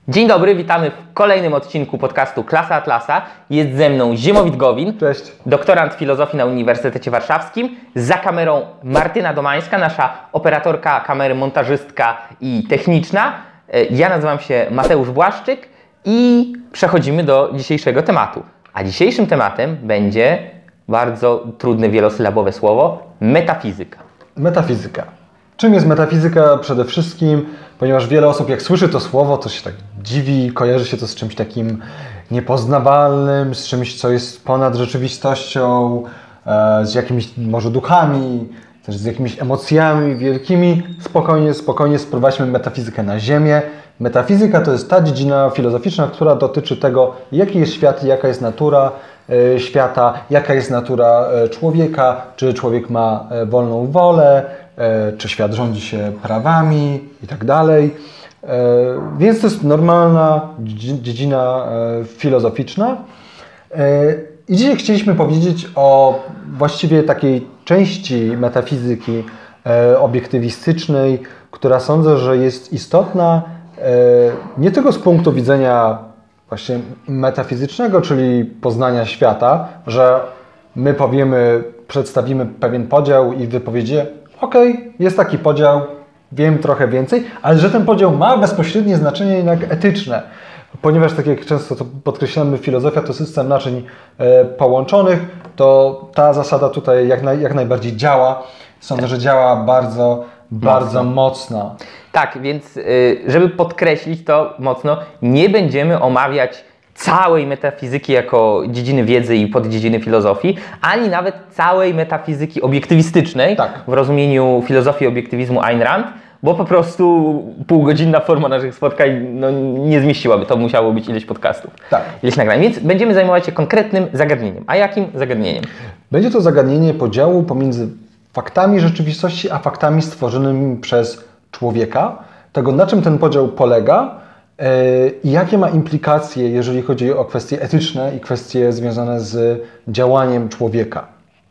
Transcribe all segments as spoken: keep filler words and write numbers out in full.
Dzień dobry, witamy w kolejnym odcinku podcastu Klasa Atlasa. Jest ze mną Ziemowit Gowin, cześć, doktorant filozofii na Uniwersytecie Warszawskim. Za kamerą Martyna Domańska, nasza operatorka kamery, montażystka i techniczna. Ja nazywam się Mateusz Błaszczyk i przechodzimy do dzisiejszego tematu. A dzisiejszym tematem będzie bardzo trudne, wielosylabowe słowo – metafizyka. Metafizyka. Czym jest metafizyka? Przede wszystkim, ponieważ wiele osób jak słyszy to słowo, to się tak dziwi, kojarzy się to z czymś takim niepoznawalnym, z czymś, co jest ponad rzeczywistością, z jakimiś może duchami, też z jakimiś emocjami wielkimi. Spokojnie, spokojnie sprowadźmy metafizykę na ziemię. Metafizyka to jest ta dziedzina filozoficzna, która dotyczy tego, jaki jest świat, jaka jest natura świata, jaka jest natura człowieka, czy człowiek ma wolną wolę, czy świat rządzi się prawami i tak dalej. Więc to jest normalna dziedzina filozoficzna. I dzisiaj chcieliśmy powiedzieć o właściwie takiej części metafizyki obiektywistycznej, która sądzę, że jest istotna nie tylko z punktu widzenia właśnie metafizycznego, czyli poznania świata, że my powiemy, przedstawimy pewien podział i wy powiecie, okej, okay, jest taki podział, wiem trochę więcej, ale że ten podział ma bezpośrednie znaczenie jednak etyczne, ponieważ tak jak często to podkreślamy, filozofia to system naczyń e, połączonych, to ta zasada tutaj jak, naj, jak najbardziej działa. Sądzę, że działa bardzo, bardzo mocno. Tak, więc żeby podkreślić to mocno, nie będziemy omawiać całej metafizyki jako dziedziny wiedzy i poddziedziny filozofii, ani nawet całej metafizyki obiektywistycznej, tak, w rozumieniu filozofii obiektywizmu Ayn Rand, bo po prostu półgodzinna forma naszych spotkań no, nie zmieściłaby, to musiało być ileś podcastów, tak, ileś nagrań, więc będziemy zajmować się konkretnym zagadnieniem. A jakim zagadnieniem? Będzie to zagadnienie podziału pomiędzy faktami rzeczywistości, a faktami stworzonymi przez człowieka, tego na czym ten podział polega i yy, jakie ma implikacje, jeżeli chodzi o kwestie etyczne i kwestie związane z działaniem człowieka.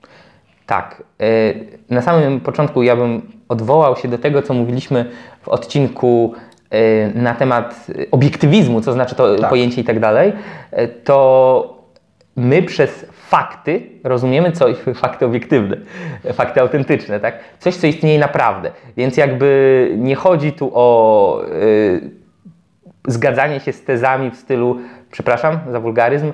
Tak. Yy, na samym początku ja bym odwołał się do tego, co mówiliśmy w odcinku yy, na temat obiektywizmu, co znaczy to tak. pojęcie i tak dalej, yy, to my przez fakty rozumiemy coś, fakty obiektywne, fakty autentyczne, tak? Coś, co istnieje naprawdę. Więc jakby nie chodzi tu o yy, zgadzanie się z tezami w stylu, przepraszam za wulgaryzm,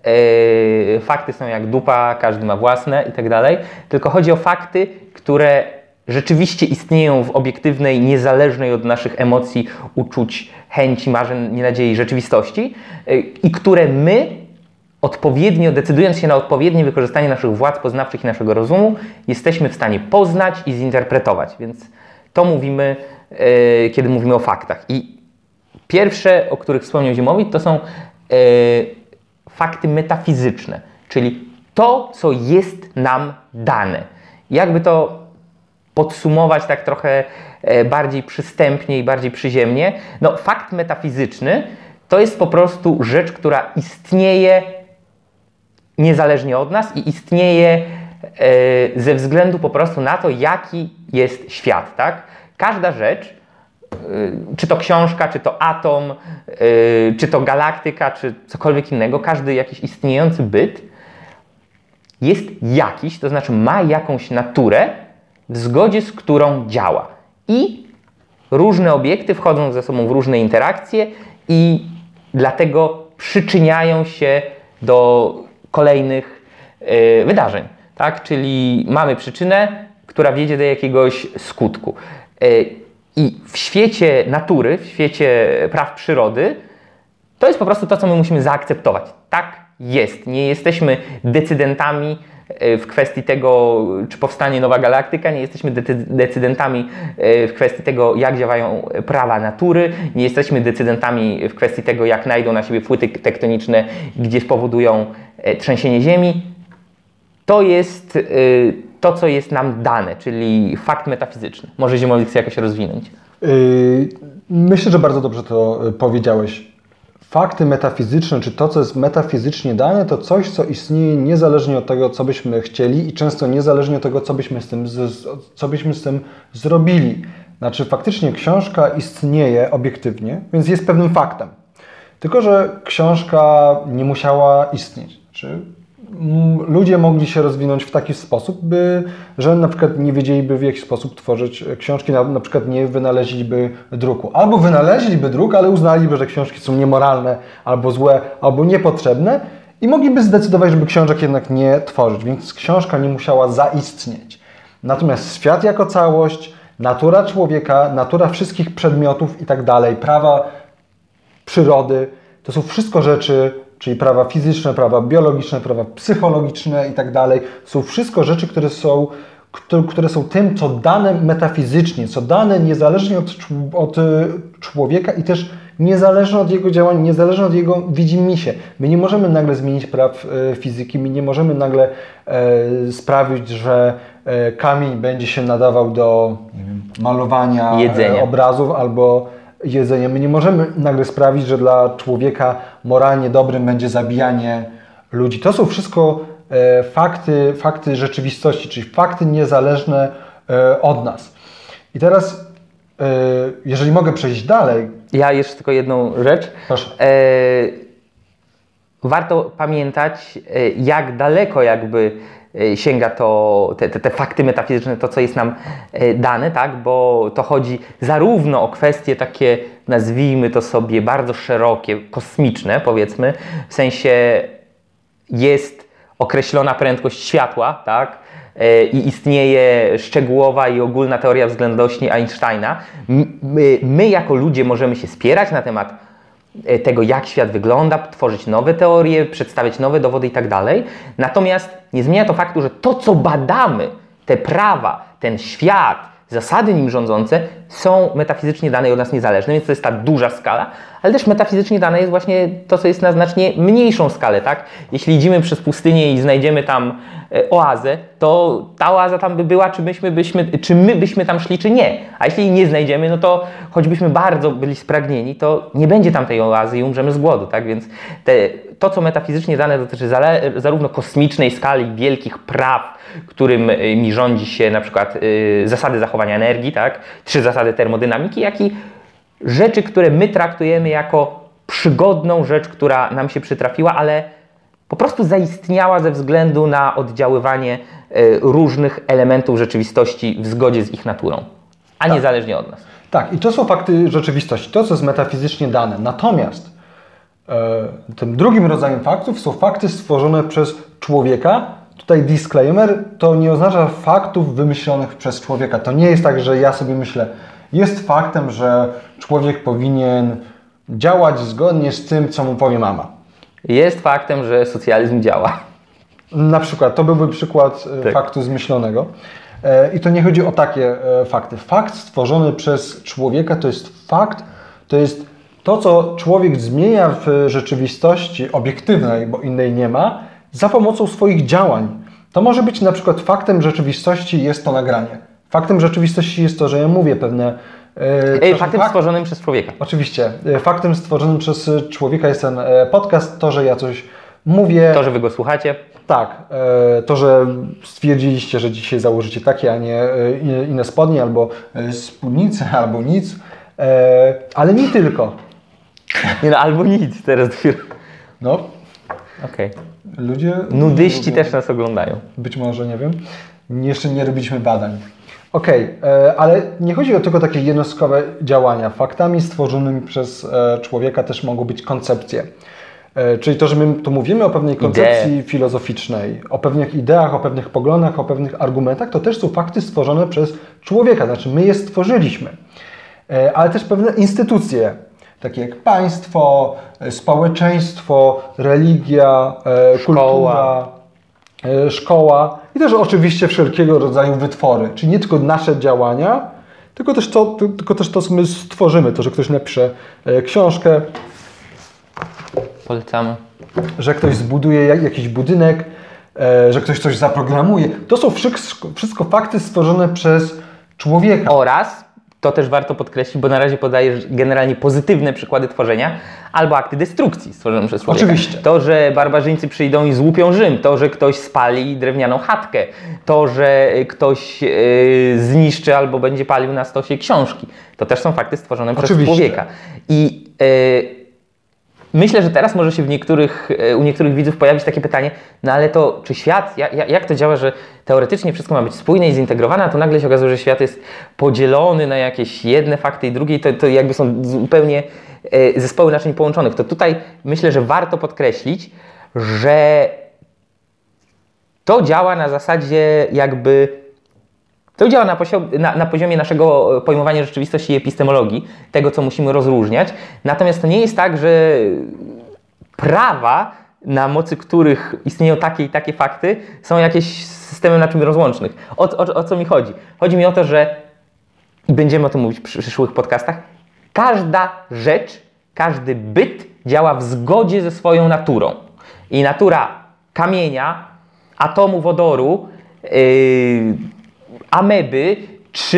yy, fakty są jak dupa, każdy ma własne i tak dalej, tylko chodzi o fakty, które rzeczywiście istnieją w obiektywnej, niezależnej od naszych emocji, uczuć, chęci, marzeń, nadziei rzeczywistości yy, i które my odpowiednio, decydując się na odpowiednie wykorzystanie naszych władz poznawczych i naszego rozumu, jesteśmy w stanie poznać i zinterpretować. Więc to mówimy, yy, kiedy mówimy o faktach. I pierwsze, o których wspomniał Ziemowit, to są yy, fakty metafizyczne, czyli to, co jest nam dane. Jakby to podsumować tak trochę yy, bardziej przystępnie i bardziej przyziemnie, no fakt metafizyczny to jest po prostu rzecz, która istnieje niezależnie od nas i istnieje e, ze względu po prostu na to, jaki jest świat, tak? Każda rzecz, e, czy to książka, czy to atom, e, czy to galaktyka, czy cokolwiek innego, każdy jakiś istniejący byt jest jakiś, to znaczy ma jakąś naturę, w zgodzie z którą działa. I różne obiekty wchodzą ze sobą w różne interakcje i dlatego przyczyniają się do kolejnych y, wydarzeń, tak? Czyli mamy przyczynę, która wiedzie do jakiegoś skutku. Y, I w świecie natury, w świecie praw przyrody, to jest po prostu to, co my musimy zaakceptować. Tak jest. Nie jesteśmy decydentami w kwestii tego, czy powstanie nowa galaktyka, nie jesteśmy decydentami w kwestii tego, jak działają prawa natury, nie jesteśmy decydentami w kwestii tego, jak najdą na siebie płyty tektoniczne, gdzie spowodują trzęsienie Ziemi. To jest to, co jest nam dane, czyli fakt metafizyczny. Może Ziemowit chce jakoś rozwinąć? Yy, myślę, że bardzo dobrze to powiedziałeś. Fakty metafizyczne, czy to, co jest metafizycznie dane, to coś, co istnieje niezależnie od tego, co byśmy chcieli i często niezależnie od tego, co byśmy z tym, z, co byśmy z tym zrobili. Znaczy faktycznie książka istnieje obiektywnie, więc jest pewnym faktem. Tylko że książka nie musiała istnieć. Czy ludzie mogli się rozwinąć w taki sposób, by, że na przykład nie wiedzieliby, w jaki sposób tworzyć książki, na, na przykład nie wynaleźliby druku. Albo wynaleźliby druk, ale uznaliby, że książki są niemoralne, albo złe, albo niepotrzebne i mogliby zdecydować, żeby książek jednak nie tworzyć, więc książka nie musiała zaistnieć. Natomiast świat jako całość, natura człowieka, natura wszystkich przedmiotów i tak dalej, prawa przyrody, to są wszystko rzeczy, czyli prawa fizyczne, prawa biologiczne, prawa psychologiczne i tak dalej, są wszystko rzeczy, które są, które są tym, co dane metafizycznie, co dane niezależnie od, od człowieka i też niezależnie od jego działań, niezależnie od jego widzimisię. My nie możemy nagle zmienić praw fizyki, my nie możemy nagle e, sprawić, że e, kamień będzie się nadawał do nie wiem, malowania jedzenia. obrazów albo jedzenia. My nie możemy nagle sprawić, że dla człowieka moralnie dobrym będzie zabijanie ludzi. To są wszystko e, fakty, fakty rzeczywistości, czyli fakty niezależne e, od nas. I teraz, e, jeżeli mogę przejść dalej. Ja jeszcze tylko jedną rzecz. Proszę. E, warto pamiętać, e, jak daleko jakby sięga to, te, te, te fakty metafizyczne, to co jest nam dane, tak? Bo to chodzi zarówno o kwestie takie, nazwijmy to sobie, bardzo szerokie, kosmiczne powiedzmy, w sensie jest określona prędkość światła, tak? I istnieje szczegółowa i ogólna teoria względności Einsteina. My, my jako ludzie możemy się spierać na temat tego, jak świat wygląda, tworzyć nowe teorie, przedstawiać nowe dowody i tak dalej. Natomiast nie zmienia to faktu, że to, co badamy, te prawa, ten świat, zasady nim rządzące, są metafizycznie dane i od nas niezależne, więc to jest ta duża skala, ale też metafizycznie dane jest właśnie to, co jest na znacznie mniejszą skalę, tak? Jeśli idziemy przez pustynię i znajdziemy tam e, oazę, to ta oaza tam by była, czy, myśmy, byśmy, czy my byśmy tam szli, czy nie. A jeśli jej nie znajdziemy, no to choćbyśmy bardzo byli spragnieni, to nie będzie tam tej oazy i umrzemy z głodu, tak? Więc te, to, co metafizycznie dane, dotyczy zale, zarówno kosmicznej skali, wielkich praw, którymi rządzi się na przykład y, zasady zachowania energii, tak? Trzy zasady termodynamiki, jak i rzeczy, które my traktujemy jako przygodną rzecz, która nam się przytrafiła, ale po prostu zaistniała ze względu na oddziaływanie y, różnych elementów rzeczywistości w zgodzie z ich naturą, a tak. niezależnie od nas. Tak, i to są fakty rzeczywistości, to co jest metafizycznie dane. Natomiast e, tym drugim rodzajem faktów są fakty stworzone przez człowieka. Tutaj disclaimer, to nie oznacza faktów wymyślonych przez człowieka. To nie jest tak, że ja sobie myślę, jest faktem, że człowiek powinien działać zgodnie z tym, co mu powie mama. Jest faktem, że socjalizm działa. Na przykład, to byłby przykład tak. faktu zmyślonego. I to nie chodzi o takie fakty. Fakt stworzony przez człowieka to jest fakt, to jest to, co człowiek zmienia w rzeczywistości obiektywnej, bo innej nie ma, za pomocą swoich działań. To może być na przykład faktem rzeczywistości jest to nagranie. Faktem rzeczywistości jest to, że ja mówię pewne... Ej, faktem fakt... stworzonym przez człowieka. Oczywiście. Faktem stworzonym przez człowieka jest ten podcast, to, że ja coś mówię. To, że wy go słuchacie. Tak. To, że stwierdziliście, że dzisiaj założycie takie, a nie inne spodnie, albo spódnice, albo nic. Ale nie tylko. Nie no, albo nic teraz dopiero. No. Okej. Okay. Ludzie... Nudyści ludzie, też nas oglądają. Być może, nie wiem. Jeszcze nie robiliśmy badań. Okej, okay, ale nie chodzi o tylko takie jednostkowe działania. Faktami stworzonymi przez człowieka też mogą być koncepcje. Czyli to, że my tu mówimy o pewnej koncepcji Idee. filozoficznej, o pewnych ideach, o pewnych poglądach, o pewnych argumentach, to też są fakty stworzone przez człowieka. Znaczy my je stworzyliśmy. Ale też pewne instytucje, takie jak państwo, społeczeństwo, religia, szkoła. kultura, szkoła i też oczywiście wszelkiego rodzaju wytwory. Czyli nie tylko nasze działania, tylko też to, tylko też to co my stworzymy. To, że ktoś napisze książkę, polecamy, że ktoś zbuduje jakiś budynek, że ktoś coś zaprogramuje. To są wszystko, wszystko fakty stworzone przez człowieka. Oraz to też warto podkreślić, bo na razie podajesz generalnie pozytywne przykłady tworzenia albo akty destrukcji stworzone przez człowieka. Oczywiście. To, że barbarzyńcy przyjdą i złupią Rzym, to, że ktoś spali drewnianą chatkę, to, że ktoś yy, zniszczy albo będzie palił na stosie książki. To też są fakty stworzone Oczywiście. przez człowieka. I yy, myślę, że teraz może się w niektórych, u niektórych widzów pojawić takie pytanie, no ale to czy świat, jak, jak to działa, że teoretycznie wszystko ma być spójne i zintegrowane, a to nagle się okazuje, że świat jest podzielony na jakieś jedne fakty i drugie, to, to jakby są zupełnie zespoły naczyń połączonych. To tutaj myślę, że warto podkreślić, że to działa na zasadzie jakby To działa na, na, na poziomie naszego pojmowania rzeczywistości i epistemologii, tego, co musimy rozróżniać. Natomiast to nie jest tak, że prawa, na mocy których istnieją takie i takie fakty, są jakieś systemem naczyń rozłącznych. O, o, o co mi chodzi? Chodzi mi o to, że, i będziemy o tym mówić w przyszłych podcastach, każda rzecz, każdy byt działa w zgodzie ze swoją naturą. I natura kamienia, atomu wodoru, yy, ameby czy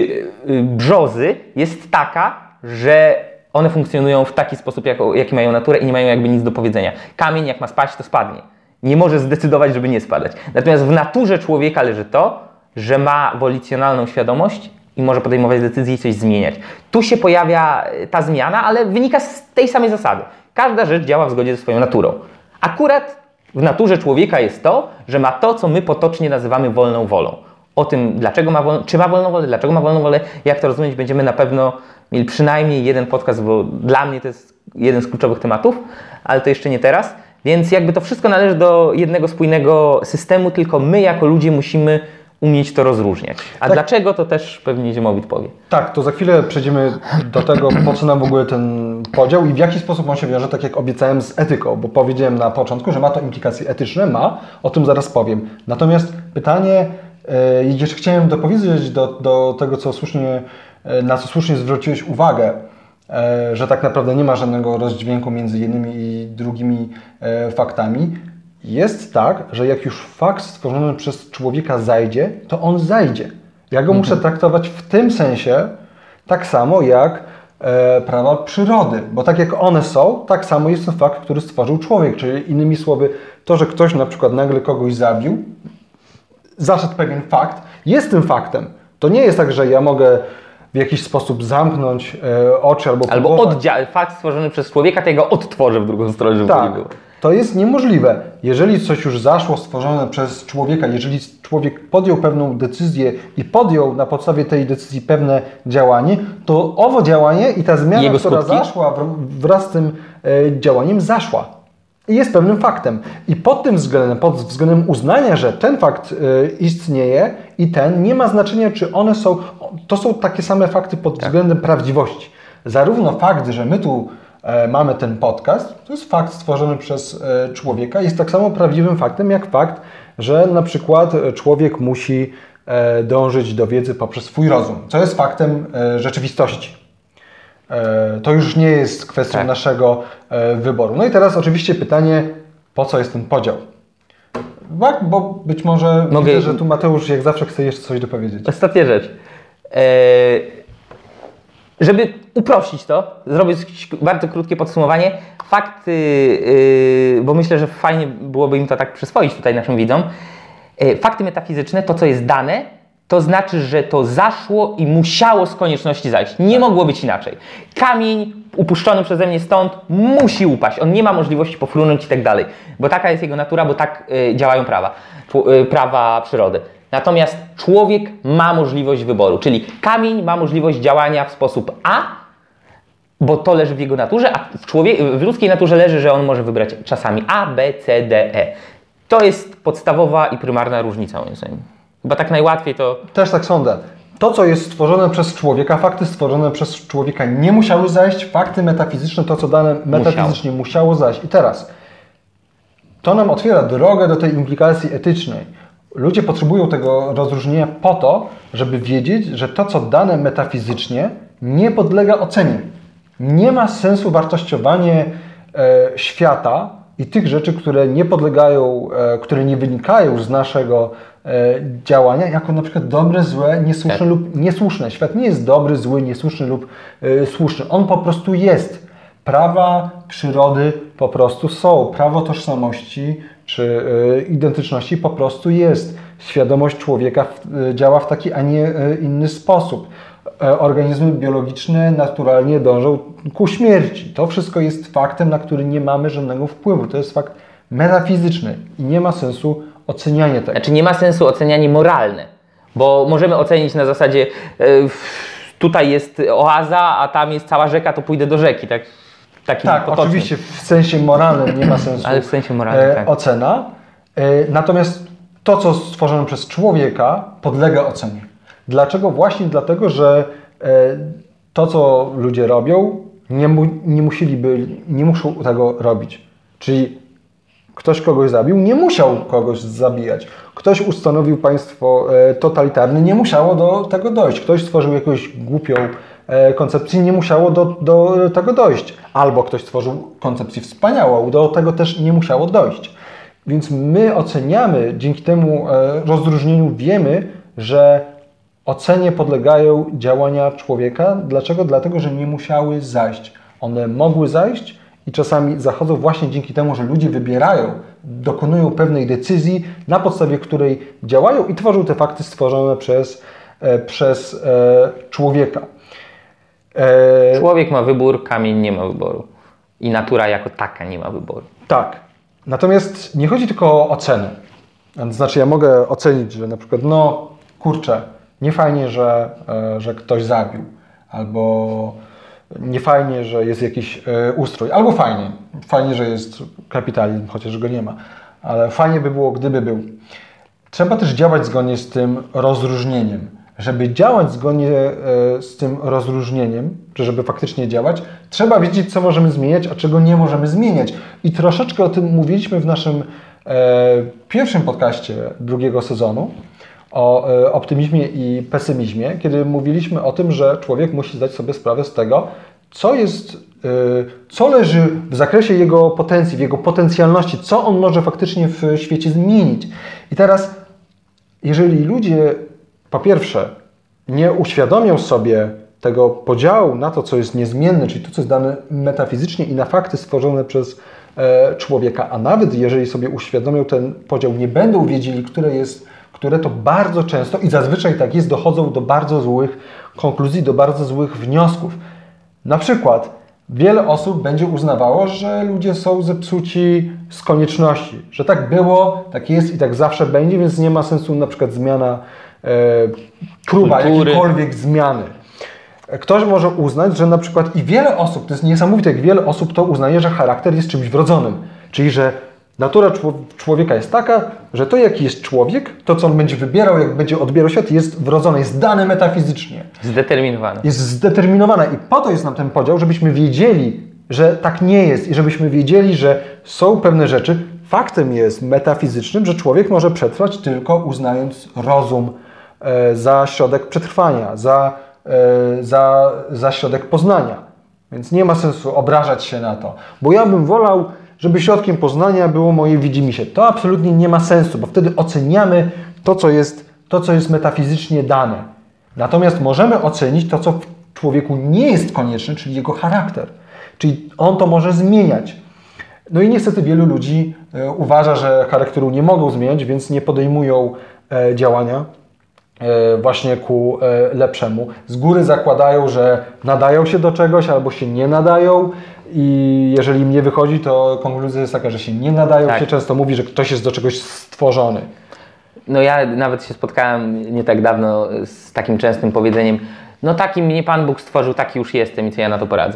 brzozy jest taka, że one funkcjonują w taki sposób, jak, jaki mają naturę i nie mają jakby nic do powiedzenia. Kamień jak ma spaść, to spadnie. Nie może zdecydować, żeby nie spadać. Natomiast w naturze człowieka leży to, że ma wolicjonalną świadomość i może podejmować decyzje i coś zmieniać. Tu się pojawia ta zmiana, ale wynika z tej samej zasady. Każda rzecz działa w zgodzie ze swoją naturą. Akurat w naturze człowieka jest to, że ma to, co my potocznie nazywamy wolną wolą. O tym, dlaczego ma wolną, czy ma wolną wolę, dlaczego ma wolną wolę, jak to rozumieć, będziemy na pewno mieli przynajmniej jeden podcast, bo dla mnie to jest jeden z kluczowych tematów, ale to jeszcze nie teraz. Więc jakby to wszystko należy do jednego spójnego systemu, tylko my jako ludzie musimy umieć to rozróżniać. A tak. Dlaczego, to też pewnie Ziemowit powie. Tak, to za chwilę przejdziemy do tego, po co nam w ogóle ten podział i w jaki sposób on się wiąże, tak jak obiecałem, z etyką, bo powiedziałem na początku, że ma to implikacje etyczne, ma, o tym zaraz powiem. Natomiast pytanie, yy, jeszcze chciałem dopowiedzieć do, do tego, co słusznie, yy, na co słusznie zwróciłeś uwagę, yy, że tak naprawdę nie ma żadnego rozdźwięku między jednymi i drugimi yy, faktami. Jest tak, że jak już fakt stworzony przez człowieka zajdzie, to on zajdzie. Ja go mhm. muszę traktować w tym sensie tak samo jak e, prawa przyrody, bo tak jak one są, tak samo jest to fakt, który stworzył człowiek. Czyli innymi słowy, to, że ktoś na przykład nagle kogoś zabił, zaszedł pewien fakt, jest tym faktem. To nie jest tak, że ja mogę w jakiś sposób zamknąć e, oczy albo... Albo oddzia- fakt stworzony przez człowieka, to ja go odtworzę w drugą stronę, żeby tak. nie było. To jest niemożliwe. Jeżeli coś już zaszło, stworzone przez człowieka, jeżeli człowiek podjął pewną decyzję i podjął na podstawie tej decyzji pewne działanie, to owo działanie i ta zmiana, Jego która skutki? zaszła wraz z tym e, działaniem, zaszła. I jest pewnym faktem. I pod tym względem, pod względem uznania, że ten fakt e, istnieje i ten, nie ma znaczenia, czy one są, to są takie same fakty pod tak. względem prawdziwości. Zarówno fakt, że my tu mamy ten podcast, to jest fakt stworzony przez człowieka, jest tak samo prawdziwym faktem jak fakt, że na przykład człowiek musi dążyć do wiedzy poprzez swój rozum, co jest faktem rzeczywistości. To już nie jest kwestią tak. naszego wyboru. No i teraz oczywiście pytanie, po co jest ten podział? Bo być może Mogę... widzę, że tu Mateusz jak zawsze chce jeszcze coś dopowiedzieć. Ostatnia rzecz. Eee... Żeby uprościć to, zrobię bardzo krótkie podsumowanie. Fakty, yy, bo myślę, że fajnie byłoby im to tak przyswoić tutaj naszym widzom. Yy, fakty metafizyczne, to co jest dane, to znaczy, że to zaszło i musiało z konieczności zajść. Nie tak. mogło być inaczej. Kamień upuszczony przeze mnie stąd musi upaść. On nie ma możliwości pofrunąć i tak dalej. Bo taka jest jego natura, bo tak yy, działają prawa, yy, prawa przyrody. Natomiast człowiek ma możliwość wyboru, czyli kamień ma możliwość działania w sposób A, bo to leży w jego naturze, a w, człowie- w ludzkiej naturze leży, że on może wybrać czasami A, B, C, D, E. To jest podstawowa i prymarna różnica, moim zdaniem. Chyba tak najłatwiej to... Też tak sądzę. To, co jest stworzone przez człowieka, fakty stworzone przez człowieka nie musiały zajść, fakty metafizyczne, to co dane metafizycznie musiało, musiało zajść. I teraz to nam otwiera drogę do tej implikacji etycznej. Ludzie potrzebują tego rozróżnienia po to, żeby wiedzieć, że to, co dane metafizycznie, nie podlega ocenie. Nie ma sensu wartościowanie e, świata i tych rzeczy, które nie podlegają, e, które nie wynikają z naszego e, działania, jako na przykład dobre, złe, niesłuszne tak. lub niesłuszne. Świat nie jest dobry, zły, niesłuszny lub e, słuszny. On po prostu jest. Prawa przyrody po prostu są. Prawo tożsamości czy y, identyczności po prostu jest. Świadomość człowieka w, y, działa w taki, a nie y, inny sposób. organizmy biologiczne naturalnie dążą ku śmierci. To wszystko jest faktem, na który nie mamy żadnego wpływu. To jest fakt metafizyczny i nie ma sensu ocenianie tego. Znaczy nie ma sensu ocenianie moralne, bo możemy ocenić na zasadzie yy, tutaj jest oaza, a tam jest cała rzeka, to pójdę do rzeki. Tak, taki tak oczywiście w sensie moralnym nie ma sensu Ale w sensie moralnym, e, tak. ocena. E, natomiast to, co stworzone przez człowieka, podlega ocenie. Dlaczego? Właśnie dlatego, że e, to, co ludzie robią, nie, mu, nie musieliby, nie muszą tego robić. Czyli ktoś kogoś zabił, nie musiał kogoś zabijać. Ktoś ustanowił państwo e, totalitarne, nie musiało do tego dojść. Ktoś stworzył jakąś głupią e, koncepcję, nie musiało do, do tego dojść. Albo ktoś stworzył koncepcję wspaniałą, do tego też nie musiało dojść. Więc my oceniamy, dzięki temu e, rozróżnieniu wiemy, że ocenie podlegają działania człowieka. Dlaczego? Dlatego, że nie musiały zajść. One mogły zajść i czasami zachodzą właśnie dzięki temu, że ludzie wybierają, dokonują pewnej decyzji, na podstawie której działają i tworzą te fakty stworzone przez, e, przez e, człowieka. E... Człowiek ma wybór, kamień nie ma wyboru. I natura jako taka nie ma wyboru. Tak. Natomiast nie chodzi tylko o ocenę. To znaczy ja mogę ocenić, że na przykład no kurczę, nie fajnie, że, e, że ktoś zabił, albo nie fajnie, że jest jakiś e, ustrój, albo fajnie, fajnie, że jest kapitalizm, chociaż go nie ma, ale fajnie by było, gdyby był. Trzeba też działać zgodnie z tym rozróżnieniem. Żeby działać zgodnie e, z tym rozróżnieniem, czy żeby faktycznie działać, trzeba wiedzieć, co możemy zmieniać, a czego nie możemy zmieniać. I troszeczkę o tym mówiliśmy w naszym e, pierwszym podcaście drugiego sezonu, o e, optymizmie i pesymizmie, kiedy mówiliśmy o tym, że człowiek musi zdać sobie sprawę z tego, co jest, e, co leży w zakresie jego potencji, w jego potencjalności, co on może faktycznie w świecie zmienić. I teraz, jeżeli ludzie po pierwsze nie uświadomią sobie tego podziału na to, co jest niezmienne, czyli to, co jest dane metafizycznie i na fakty stworzone przez e, człowieka, a nawet jeżeli sobie uświadomią ten podział, nie będą wiedzieli, które jest, które to bardzo często i zazwyczaj tak jest, dochodzą do bardzo złych konkluzji, do bardzo złych wniosków. Na przykład wiele osób będzie uznawało, że ludzie są zepsuci z konieczności, że tak było, tak jest i tak zawsze będzie, więc nie ma sensu na przykład zmiana e, próba kultury, jakiejkolwiek zmiany. Ktoś może uznać, że na przykład i wiele osób, to jest niesamowite, jak wiele osób to uznaje, że charakter jest czymś wrodzonym, czyli że natura człowieka jest taka, że to jaki jest człowiek, to co on będzie wybierał, jak będzie odbierał świat, jest wrodzone, jest dane metafizycznie. Zdeterminowane. Jest zdeterminowane i po to jest nam ten podział, żebyśmy wiedzieli, że tak nie jest i żebyśmy wiedzieli, że są pewne rzeczy. Faktem jest metafizycznym, że człowiek może przetrwać tylko uznając rozum e, za środek przetrwania, za, e, za, za środek poznania. Więc nie ma sensu obrażać się na to, bo ja bym wolał, żeby środkiem poznania było moje widzimisię. To absolutnie nie ma sensu, bo wtedy oceniamy to, co jest, to, co jest metafizycznie dane. Natomiast możemy ocenić to, co w człowieku nie jest konieczne, czyli jego charakter. Czyli on to może zmieniać. No i niestety wielu ludzi e, uważa, że charakteru nie mogą zmieniać, więc nie podejmują e, działania e, właśnie ku e, lepszemu. Z góry zakładają, że nadają się do czegoś albo się nie nadają i jeżeli im nie wychodzi, to konkluzja jest taka, że się nie nadają. Tak. Się często mówi, że ktoś jest do czegoś stworzony. No ja nawet się spotkałem nie tak dawno z takim częstym powiedzeniem, no taki mnie Pan Bóg stworzył, taki już jestem i co ja na to poradzę.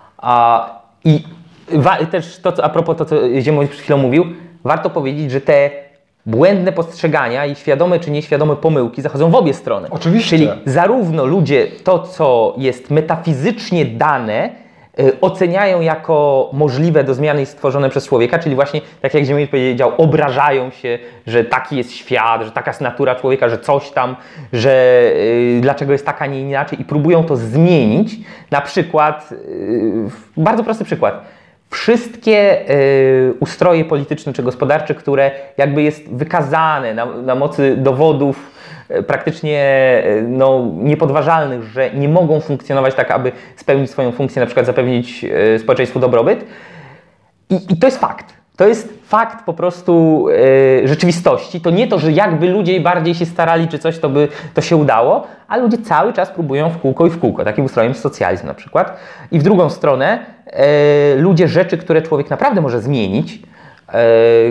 A, I wa, też to, co, a propos to, co Ziemowit przed chwilą mówił, warto powiedzieć, że te błędne postrzegania i świadome czy nieświadome pomyłki zachodzą w obie strony. Oczywiście. Czyli zarówno ludzie to, co jest metafizycznie dane, y, oceniają jako możliwe do zmiany i stworzone przez człowieka, czyli właśnie, tak jak Ziemowit powiedział, obrażają się, że taki jest świat, że taka jest natura człowieka, że coś tam, że y, dlaczego jest taka, nie inaczej i próbują to zmienić. Na przykład, y, bardzo prosty przykład. Wszystkie y, ustroje polityczne czy gospodarcze, które jakby jest wykazane na, na mocy dowodów y, praktycznie y, no, niepodważalnych, że nie mogą funkcjonować tak, aby spełnić swoją funkcję, na przykład zapewnić y, społeczeństwu dobrobyt. I, I to jest fakt. To to jest fakt po prostu e, rzeczywistości. To nie to, że jakby ludzie bardziej się starali czy coś, to by to się udało, a ludzie cały czas próbują w kółko i w kółko. Takim ustrojem jest socjalizm na przykład. I w drugą stronę e, ludzie rzeczy, które człowiek naprawdę może zmienić, e,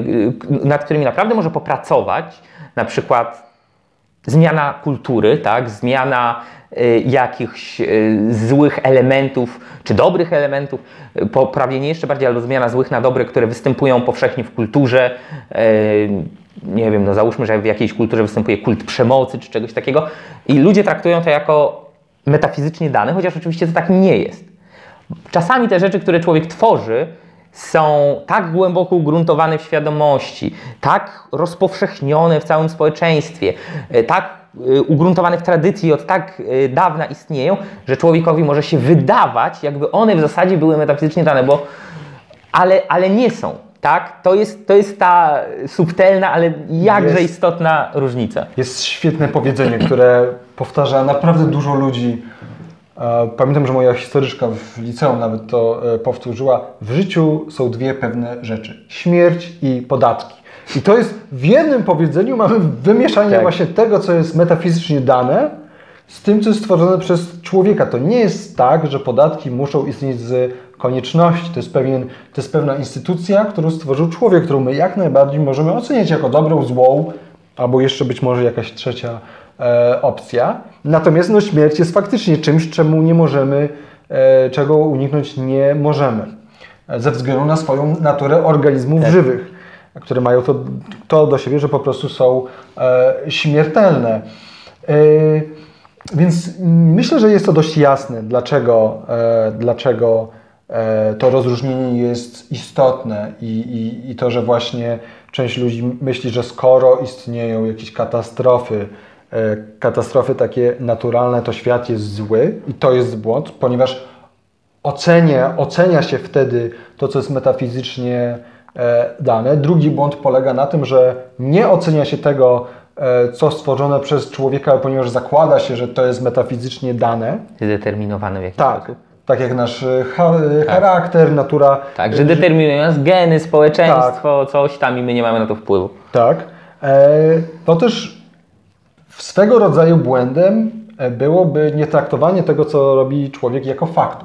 nad którymi naprawdę może popracować, na przykład zmiana kultury, tak? Zmiana y, jakichś y, złych elementów, czy dobrych elementów, y, poprawienie jeszcze bardziej, albo zmiana złych na dobre, które występują powszechnie w kulturze. Y, nie wiem, no załóżmy, że w jakiejś kulturze występuje kult przemocy, czy czegoś takiego. I ludzie traktują to jako metafizycznie dane, chociaż oczywiście to tak nie jest. Czasami te rzeczy, które człowiek tworzy, są tak głęboko ugruntowane w świadomości, tak rozpowszechnione w całym społeczeństwie, tak ugruntowane w tradycji, od tak dawna istnieją, że człowiekowi może się wydawać, jakby one w zasadzie były metafizycznie dane, bo, ale, ale nie są. Tak? To jest, to jest ta subtelna, ale jakże jest, istotna różnica. Jest świetne powiedzenie, które powtarza naprawdę dużo ludzi. Pamiętam, że moja historyczka w liceum nawet to powtórzyła. W życiu są dwie pewne rzeczy. Śmierć i podatki. I to jest w jednym powiedzeniu mamy wymieszanie tak. właśnie tego, co jest metafizycznie dane, z tym, co jest stworzone przez człowieka. To nie jest tak, że podatki muszą istnieć z konieczności. To jest, pewien, to jest pewna instytucja, którą stworzył człowiek, którą my jak najbardziej możemy oceniać jako dobrą, złą, albo jeszcze być może jakaś trzecia e, opcja. Natomiast no, śmierć jest faktycznie czymś, czemu nie możemy, e, czego uniknąć nie możemy. E, ze względu na swoją naturę organizmów tak. żywych, które mają to, to do siebie, że po prostu są e, śmiertelne. E, więc myślę, że jest to dość jasne, dlaczego, e, dlaczego e, to rozróżnienie jest istotne i, i, i to, że właśnie część ludzi myśli, że skoro istnieją jakieś katastrofy, e, katastrofy takie naturalne, to świat jest zły i to jest błąd, ponieważ ocenia, ocenia się wtedy to, co jest metafizycznie e, dane. Drugi błąd polega na tym, że nie ocenia się tego, co stworzone przez człowieka, ponieważ zakłada się, że to jest metafizycznie dane. Zdeterminowane w jakiś tak, sposób. Tak jak nasz ha charakter, tak. natura. Tak, że determinują nas geny, społeczeństwo, tak. coś tam i my nie mamy na to wpływu. Tak. E, to też swego rodzaju błędem byłoby nietraktowanie tego, co robi człowiek, jako faktów.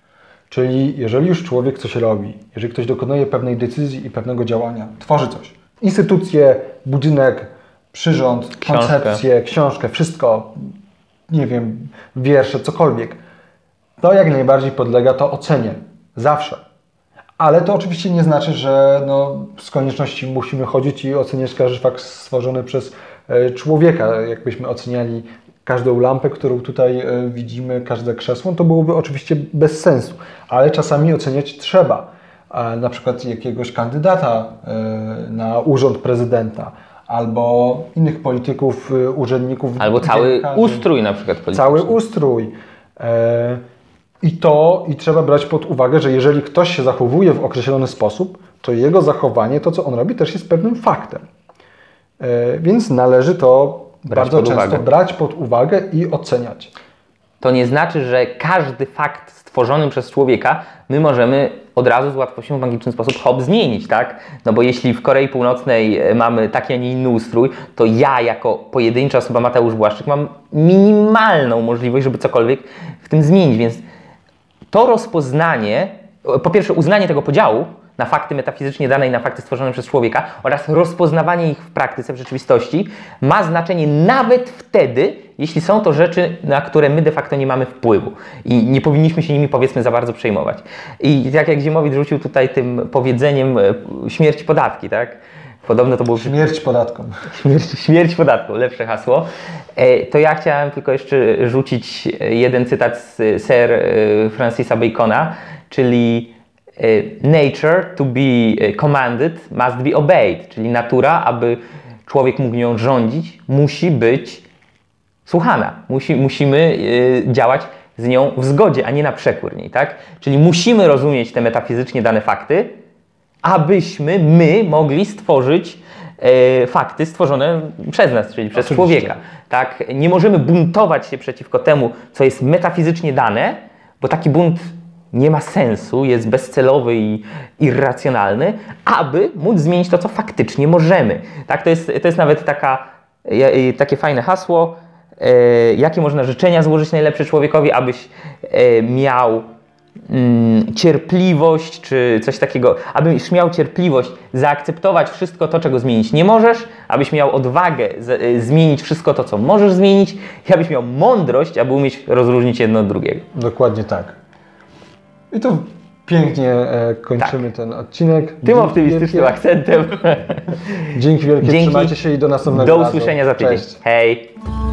Czyli jeżeli już człowiek coś robi, jeżeli ktoś dokonuje pewnej decyzji i pewnego działania, tworzy coś, instytucję, budynek, przyrząd, książkę. koncepcję, książkę, wszystko, nie wiem, wiersze, cokolwiek, to jak najbardziej podlega to ocenie. Zawsze. Ale to oczywiście nie znaczy, że no, z konieczności musimy chodzić i oceniać każdy fakt stworzony przez e, człowieka. Jakbyśmy oceniali każdą lampę, którą tutaj e, widzimy, każde krzesło, to byłoby oczywiście bez sensu. Ale czasami oceniać trzeba. E, na przykład jakiegoś kandydata e, na urząd prezydenta, albo innych polityków, urzędników. Albo cały ustrój na przykład polityczny. Cały ustrój. E, I to, i trzeba brać pod uwagę, że jeżeli ktoś się zachowuje w określony sposób, to jego zachowanie, to co on robi, też jest pewnym faktem. E, więc należy to brać bardzo często uwagę. brać pod uwagę i oceniać. To nie znaczy, że każdy fakt stworzony przez człowieka my możemy od razu z łatwością w magiczny sposób hop zmienić, tak? No bo jeśli w Korei Północnej mamy taki, a nie inny ustrój, to ja jako pojedyncza osoba, Mateusz Błaszczyk, mam minimalną możliwość, żeby cokolwiek w tym zmienić, więc to rozpoznanie, po pierwsze uznanie tego podziału na fakty metafizycznie dane i na fakty stworzone przez człowieka oraz rozpoznawanie ich w praktyce, w rzeczywistości ma znaczenie nawet wtedy, jeśli są to rzeczy, na które my de facto nie mamy wpływu i nie powinniśmy się nimi, powiedzmy, za bardzo przejmować. I tak jak Ziemowit rzucił tutaj tym powiedzeniem śmierć podatki, tak? Podobno to było... Śmierć podatkom. Śmierć, śmierć podatką, lepsze hasło. To ja chciałem tylko jeszcze rzucić jeden cytat z Sir Francisa Bacona, czyli nature to be commanded must be obeyed, czyli natura, aby człowiek mógł nią rządzić, musi być słuchana. Musi, musimy działać z nią w zgodzie, a nie na przekór niej, tak? Czyli musimy rozumieć te metafizycznie dane fakty, abyśmy my mogli stworzyć e, fakty stworzone przez nas, czyli przez Oczywiście. człowieka. Tak? Nie możemy buntować się przeciwko temu, co jest metafizycznie dane, bo taki bunt nie ma sensu, jest bezcelowy i irracjonalny, aby móc zmienić to, co faktycznie możemy. Tak, to jest, to jest nawet taka, takie fajne hasło, e, jakie można życzenia złożyć najlepsze człowiekowi, abyś e, miał mm, cierpliwość, czy coś takiego, abyś miał cierpliwość zaakceptować wszystko to, czego zmienić nie możesz, abyś miał odwagę z, e, zmienić wszystko to, co możesz zmienić i abyś miał mądrość, aby umieć rozróżnić jedno od drugiego. Dokładnie tak. I tu pięknie e, kończymy tak. ten odcinek. Tym Dzięki optymistycznym wielkie. akcentem. Dzięki wielkie, Dzięki. Trzymajcie się i do następnego Do razu. usłyszenia za tydzień. Cześć. Hej!